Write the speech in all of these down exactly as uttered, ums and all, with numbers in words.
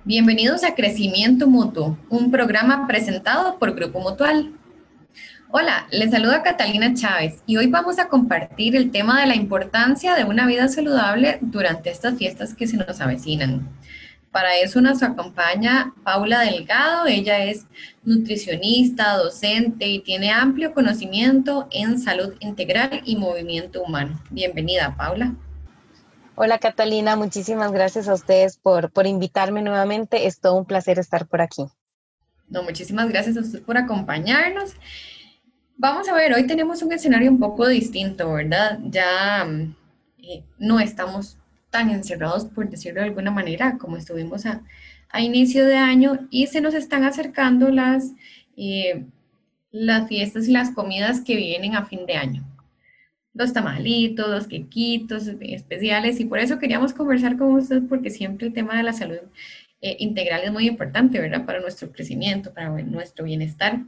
Bienvenidos a Crecimiento Mutuo, un programa presentado por Grupo Mutual. Hola, les saluda Catalina Chávez y hoy vamos a compartir el tema de la importancia de una vida saludable durante estas fiestas que se nos avecinan. Para eso nos acompaña Paula Delgado. Ella es nutricionista, docente y tiene amplio conocimiento en salud integral y movimiento humano. Bienvenida, Paula. Hola Catalina, muchísimas gracias a ustedes por, por invitarme nuevamente. Es todo un placer estar por aquí. No, muchísimas gracias a usted por acompañarnos. Vamos a ver, hoy tenemos un escenario un poco distinto, ¿verdad? Ya mm, eh, no estamos tan encerrados, por decirlo de alguna manera, como estuvimos a, a inicio de año y se nos están acercando las, eh, las fiestas y las comidas que vienen a fin de año. Los tamalitos, los quequitos especiales y por eso queríamos conversar con usted porque siempre el tema de la salud eh, integral es muy importante, ¿verdad? Para nuestro crecimiento, para nuestro bienestar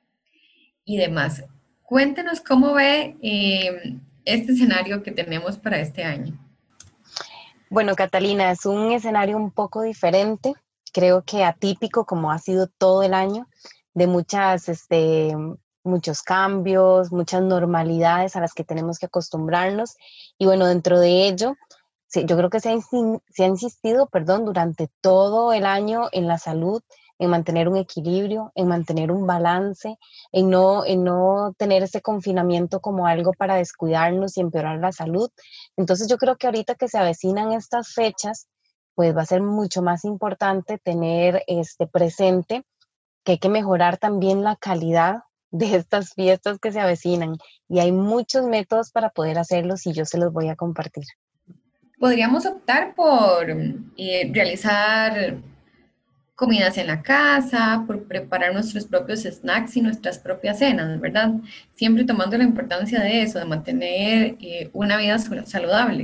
y demás. Cuéntenos cómo ve eh, este escenario que tenemos para este año. Bueno, Catalina, es un escenario un poco diferente, creo que atípico como ha sido todo el año, de muchas, este, muchos cambios, muchas normalidades a las que tenemos que acostumbrarnos. Y bueno, dentro de ello, sí, yo creo que se ha, insi- se ha insistido, perdón, durante todo el año en la salud, en mantener un equilibrio, en mantener un balance, en no, en no tener ese confinamiento como algo para descuidarnos y empeorar la salud. Entonces yo creo que ahorita que se avecinan estas fechas, pues va a ser mucho más importante tener este presente que hay que mejorar también la calidad de estas fiestas que se avecinan. Y hay muchos métodos para poder hacerlos y yo se los voy a compartir. Podríamos optar por eh, realizar comidas en la casa, por preparar nuestros propios snacks y nuestras propias cenas, ¿verdad? Siempre tomando la importancia de eso, de mantener eh, una vida saludable.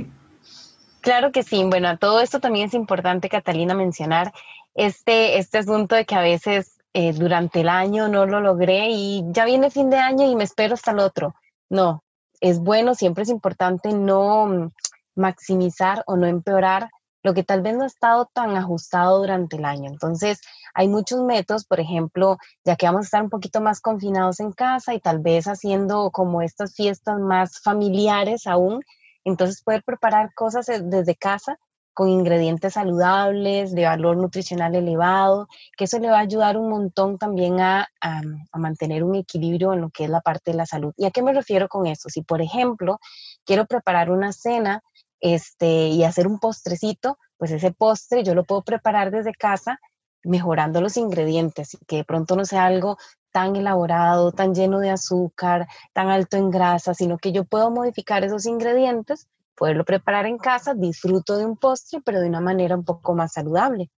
Claro que sí. Bueno, a todo esto también es importante, Catalina, mencionar este, este asunto de que a veces eh, durante el año no lo logré y ya viene fin de año y me espero hasta el otro. No, es bueno, siempre es importante no mm, maximizar o no empeorar lo que tal vez no ha estado tan ajustado durante el año. Entonces, hay muchos métodos, por ejemplo, ya que vamos a estar un poquito más confinados en casa y tal vez haciendo como estas fiestas más familiares aún, entonces poder preparar cosas eh, desde casa con ingredientes saludables, de valor nutricional elevado, que eso le va a ayudar un montón también a, a, a mantener un equilibrio en lo que es la parte de la salud. ¿Y a qué me refiero con eso? Si, por ejemplo, quiero preparar una cena este, y hacer un postrecito, pues ese postre yo lo puedo preparar desde casa mejorando los ingredientes, y que de pronto no sea algo tan elaborado, tan lleno de azúcar, tan alto en grasa, sino que yo puedo modificar esos ingredientes, poderlo preparar en casa, disfruto de un postre, pero de una manera un poco más saludable.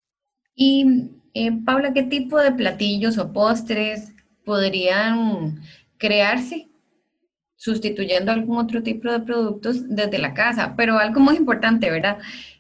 Y eh, Paula, ¿qué tipo de platillos o postres podrían crearse sustituyendo algún otro tipo de productos desde la casa? Pero algo muy importante, ¿verdad?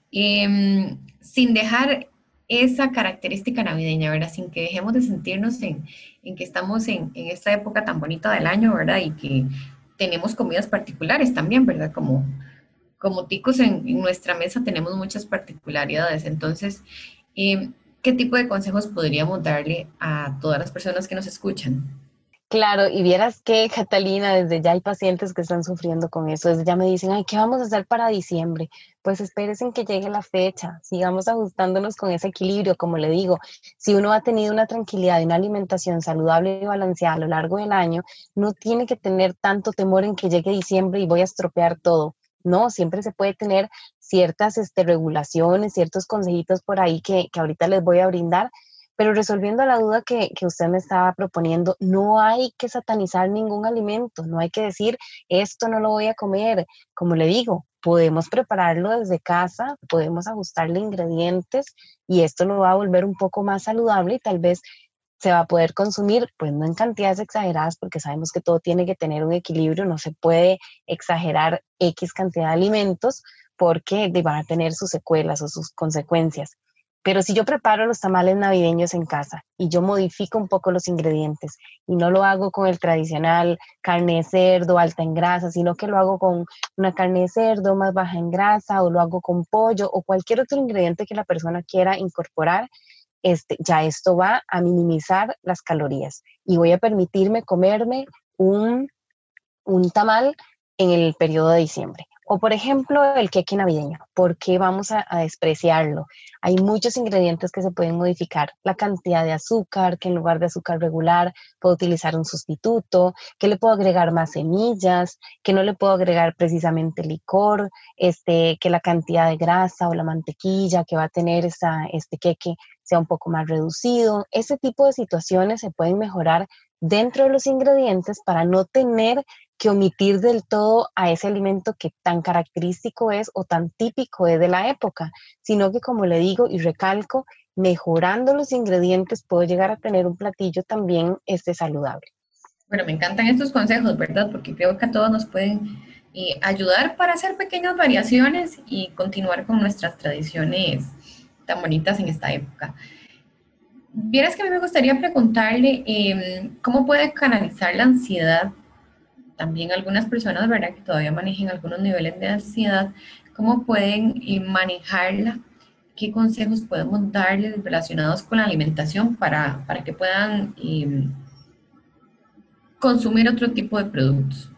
Em, sin dejar esa característica navideña, ¿verdad? Sin que dejemos de sentirnos en, en que estamos en, en esta época tan bonita del año, ¿verdad? Y que tenemos comidas particulares también, ¿verdad? Como, como ticos en, en nuestra mesa tenemos muchas particularidades. Entonces, em, ¿qué tipo de consejos podríamos darle a todas las personas que nos escuchan? Claro, y vieras que, Catalina, desde ya hay pacientes que están sufriendo con eso, desde ya me dicen, ay, ¿qué vamos a hacer para diciembre? Pues espérense en que llegue la fecha, sigamos ajustándonos con ese equilibrio, como le digo, si uno ha tenido una tranquilidad y una alimentación saludable y balanceada a lo largo del año, no tiene que tener tanto temor en que llegue diciembre y voy a estropear todo. No, siempre se puede tener ciertas este, regulaciones, ciertos consejitos por ahí que, que ahorita les voy a brindar, pero resolviendo la duda que, que usted me estaba proponiendo, no hay que satanizar ningún alimento, no hay que decir, esto no lo voy a comer. Como le digo, podemos prepararlo desde casa, podemos ajustarle ingredientes y esto lo va a volver un poco más saludable y tal vez se va a poder consumir, pues no en cantidades exageradas, porque sabemos que todo tiene que tener un equilibrio, no se puede exagerar X cantidad de alimentos porque van a tener sus secuelas o sus consecuencias. Pero si yo preparo los tamales navideños en casa y yo modifico un poco los ingredientes y no lo hago con el tradicional carne de cerdo alta en grasa, sino que lo hago con una carne de cerdo más baja en grasa o lo hago con pollo o cualquier otro ingrediente que la persona quiera incorporar, este, ya esto va a minimizar las calorías y voy a permitirme comerme un, un tamal en el periodo de diciembre. O por ejemplo, el queque navideño. ¿Por qué vamos a, a despreciarlo? Hay muchos ingredientes que se pueden modificar. La cantidad de azúcar, que en lugar de azúcar regular puedo utilizar un sustituto, que le puedo agregar más semillas, que no le puedo agregar precisamente licor, este, que la cantidad de grasa o la mantequilla que va a tener esa, este queque sea un poco más reducido. Ese tipo de situaciones se pueden mejorar dentro de los ingredientes para no tener que omitir del todo a ese alimento que tan característico es o tan típico es de la época, sino que, como le digo y recalco, mejorando los ingredientes puedo llegar a tener un platillo también este, saludable. Bueno, me encantan estos consejos, ¿verdad? Porque creo que a todos nos pueden eh, ayudar para hacer pequeñas variaciones y continuar con nuestras tradiciones tan bonitas en esta época. Vieras que a mí me gustaría preguntarle eh, cómo puede canalizar la ansiedad. También algunas personas, ¿verdad?, que todavía manejen algunos niveles de ansiedad, ¿cómo pueden eh, manejarla? ¿Qué consejos podemos darles relacionados con la alimentación para, para que puedan eh, consumir otro tipo de productos?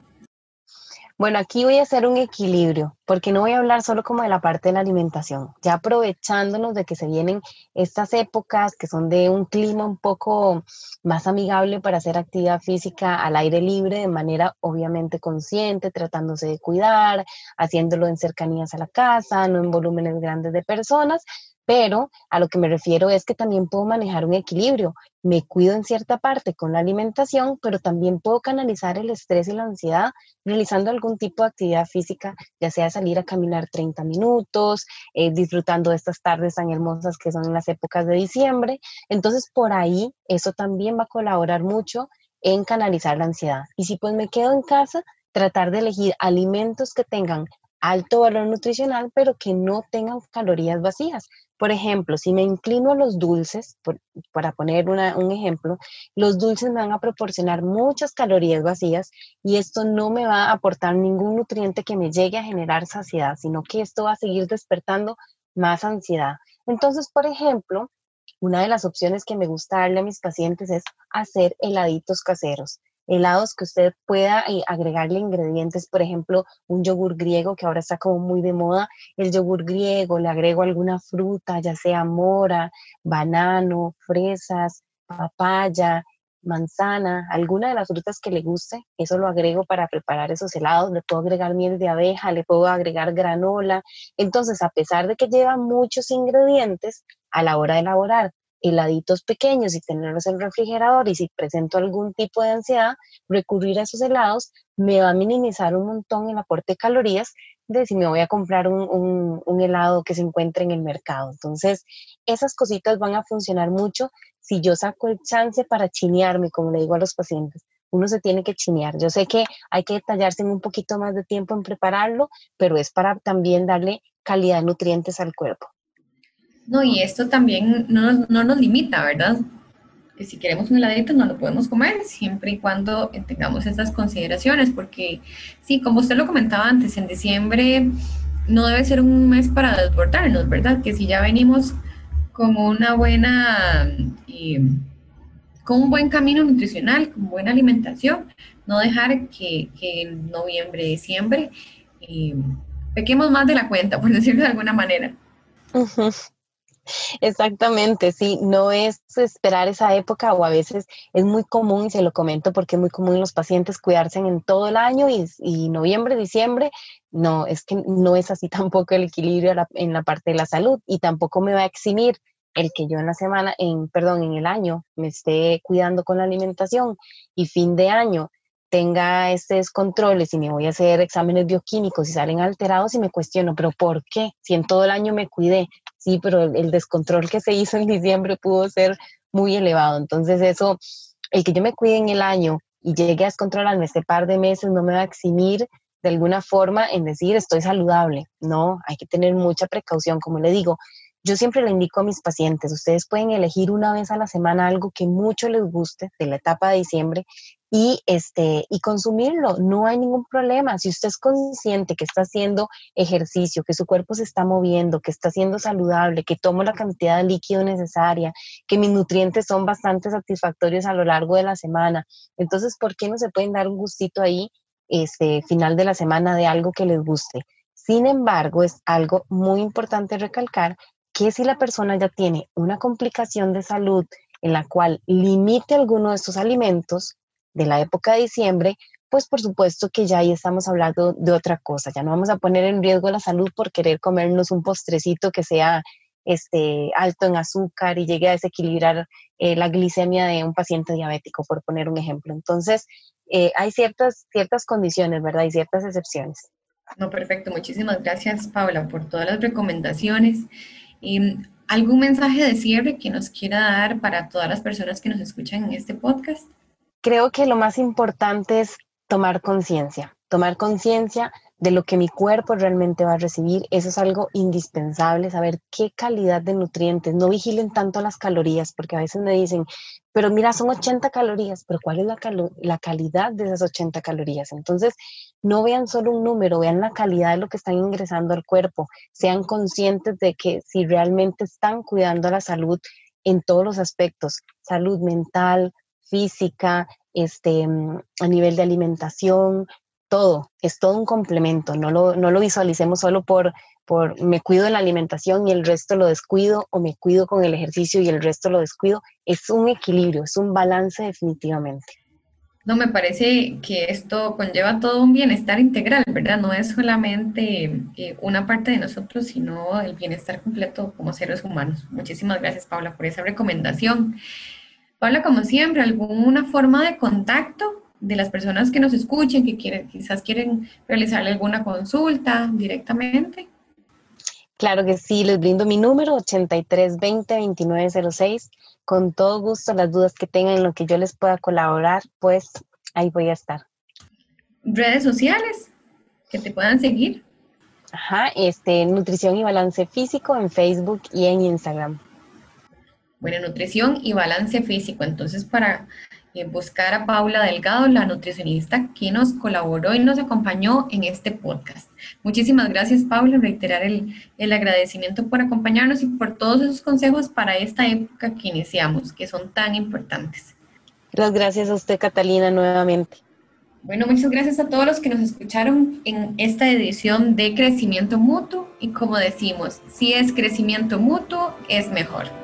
Bueno, aquí voy a hacer un equilibrio, porque no voy a hablar solo como de la parte de la alimentación, ya aprovechándonos de que se vienen estas épocas que son de un clima un poco más amigable para hacer actividad física al aire libre de manera obviamente consciente, tratándose de cuidar, haciéndolo en cercanías a la casa, no en volúmenes grandes de personas, pero a lo que me refiero es que también puedo manejar un equilibrio. Me cuido en cierta parte con la alimentación, pero también puedo canalizar el estrés y la ansiedad realizando algún tipo de actividad física, ya sea salir a caminar treinta minutos, eh, disfrutando de estas tardes tan hermosas que son en las épocas de diciembre. Entonces, por ahí, eso también va a colaborar mucho en canalizar la ansiedad. Y si pues me quedo en casa, tratar de elegir alimentos que tengan alto valor nutricional, pero que no tengan calorías vacías. Por ejemplo, si me inclino a los dulces, por, para poner una, un ejemplo, los dulces me van a proporcionar muchas calorías vacías y esto no me va a aportar ningún nutriente que me llegue a generar saciedad, sino que esto va a seguir despertando más ansiedad. Entonces, por ejemplo, una de las opciones que me gusta darle a mis pacientes es hacer heladitos caseros. Helados que usted pueda eh, agregarle ingredientes, por ejemplo, un yogur griego que ahora está como muy de moda, el yogur griego, le agrego alguna fruta, ya sea mora, banano, fresas, papaya, manzana, alguna de las frutas que le guste, eso lo agrego para preparar esos helados, le puedo agregar miel de abeja, le puedo agregar granola. Entonces, a pesar de que lleva muchos ingredientes, a la hora de elaborar heladitos pequeños y tenerlos en el refrigerador, y si presento algún tipo de ansiedad, recurrir a esos helados me va a minimizar un montón el aporte de calorías de si me voy a comprar un, un, un helado que se encuentre en el mercado. Entonces, esas cositas van a funcionar mucho si yo saco el chance para chinearme, como le digo a los pacientes. Uno se tiene que chinear. Yo sé que hay que detallarse en un poquito más de tiempo en prepararlo, pero es para también darle calidad de nutrientes al cuerpo. No, y esto también no, nos- no nos limita, ¿verdad? Que si queremos un heladito no lo podemos comer, siempre y cuando eh, tengamos estas consideraciones, porque sí, como usted lo comentaba antes, en diciembre no debe ser un mes para desbordarnos, ¿verdad? Que si ya venimos con una buena, eh, con un buen camino nutricional, con buena alimentación, no dejar que, que en noviembre, diciembre, eh, pequemos más de la cuenta, por decirlo de alguna manera. Ujú. Exactamente, sí, no es esperar esa época o a veces es muy común, y se lo comento porque es muy común en los pacientes cuidarse en todo el año y, y noviembre, diciembre, no, es que no es así tampoco el equilibrio la- en la parte de la salud y tampoco me va a eximir el que yo en la semana, en, perdón, en el año me esté cuidando con la alimentación y fin de año tenga estos controles y me voy a hacer exámenes bioquímicos y salen alterados y me cuestiono, pero ¿por qué? Si en todo el año me cuidé. Sí, pero el, el descontrol que se hizo en diciembre pudo ser muy elevado. Entonces eso, el que yo me cuide en el año y llegue a descontrolarme este par de meses no me va a eximir de alguna forma en decir estoy saludable. No, hay que tener mucha precaución. Como le digo, yo siempre le indico a mis pacientes, ustedes pueden elegir una vez a la semana algo que mucho les guste de la etapa de diciembre, y, este, y consumirlo. No hay ningún problema. Si usted es consciente que está haciendo ejercicio, que su cuerpo se está moviendo, que está siendo saludable, que tomo la cantidad de líquido necesaria, que mis nutrientes son bastante satisfactorios a lo largo de la semana, entonces, ¿por qué no se pueden dar un gustito ahí, este, final de la semana de algo que les guste? Sin embargo, es algo muy importante recalcar que si la persona ya tiene una complicación de salud en la cual limite alguno de estos alimentos de la época de diciembre, pues por supuesto que ya ahí estamos hablando de otra cosa. Ya no vamos a poner en riesgo la salud por querer comernos un postrecito que sea este, alto en azúcar y llegue a desequilibrar eh, la glicemia de un paciente diabético, por poner un ejemplo. Entonces, eh, hay ciertas, ciertas condiciones, ¿verdad? Y ciertas excepciones. No, perfecto. Muchísimas gracias, Paula, por todas las recomendaciones. Y ¿algún mensaje de cierre que nos quiera dar para todas las personas que nos escuchan en este podcast? Creo que lo más importante es tomar conciencia, tomar conciencia de lo que mi cuerpo realmente va a recibir. Eso es algo indispensable, saber qué calidad de nutrientes. No vigilen tanto las calorías, porque a veces me dicen, pero mira, son ochenta calorías, pero ¿cuál es la, calo- la calidad de esas ochenta calorías? Entonces, no vean solo un número, vean la calidad de lo que están ingresando al cuerpo. Sean conscientes de que si realmente están cuidando la salud en todos los aspectos, salud mental, física, este, a nivel de alimentación, todo, es todo un complemento, no lo, no lo visualicemos solo por, por me cuido en la alimentación y el resto lo descuido, o me cuido con el ejercicio y el resto lo descuido. Es un equilibrio, es un balance definitivamente. No, me parece que esto conlleva todo un bienestar integral, ¿verdad? No es solamente eh, una parte de nosotros, sino el bienestar completo como seres humanos. Muchísimas gracias, Paula, por esa recomendación. Paula, como siempre, ¿alguna forma de contacto de las personas que nos escuchen, que quieren, quizás quieren realizarle alguna consulta directamente? Claro que sí, les brindo mi número ochenta y tres veinte veintinueve cero seis. Con todo gusto, las dudas que tengan en lo que yo les pueda colaborar, pues ahí voy a estar. Redes sociales que te puedan seguir. Ajá, este, Nutrición y Balance Físico en Facebook y en Instagram. Buena nutrición y balance físico. Entonces, para eh, buscar a Paula Delgado, la nutricionista que nos colaboró y nos acompañó en este podcast. Muchísimas gracias, Paula. Reiterar el, el agradecimiento por acompañarnos y por todos esos consejos para esta época que iniciamos, que son tan importantes. Las gracias a usted, Catalina, nuevamente. Bueno, muchas gracias a todos los que nos escucharon en esta edición de Crecimiento Mutuo. Y como decimos, si es crecimiento mutuo, es mejor.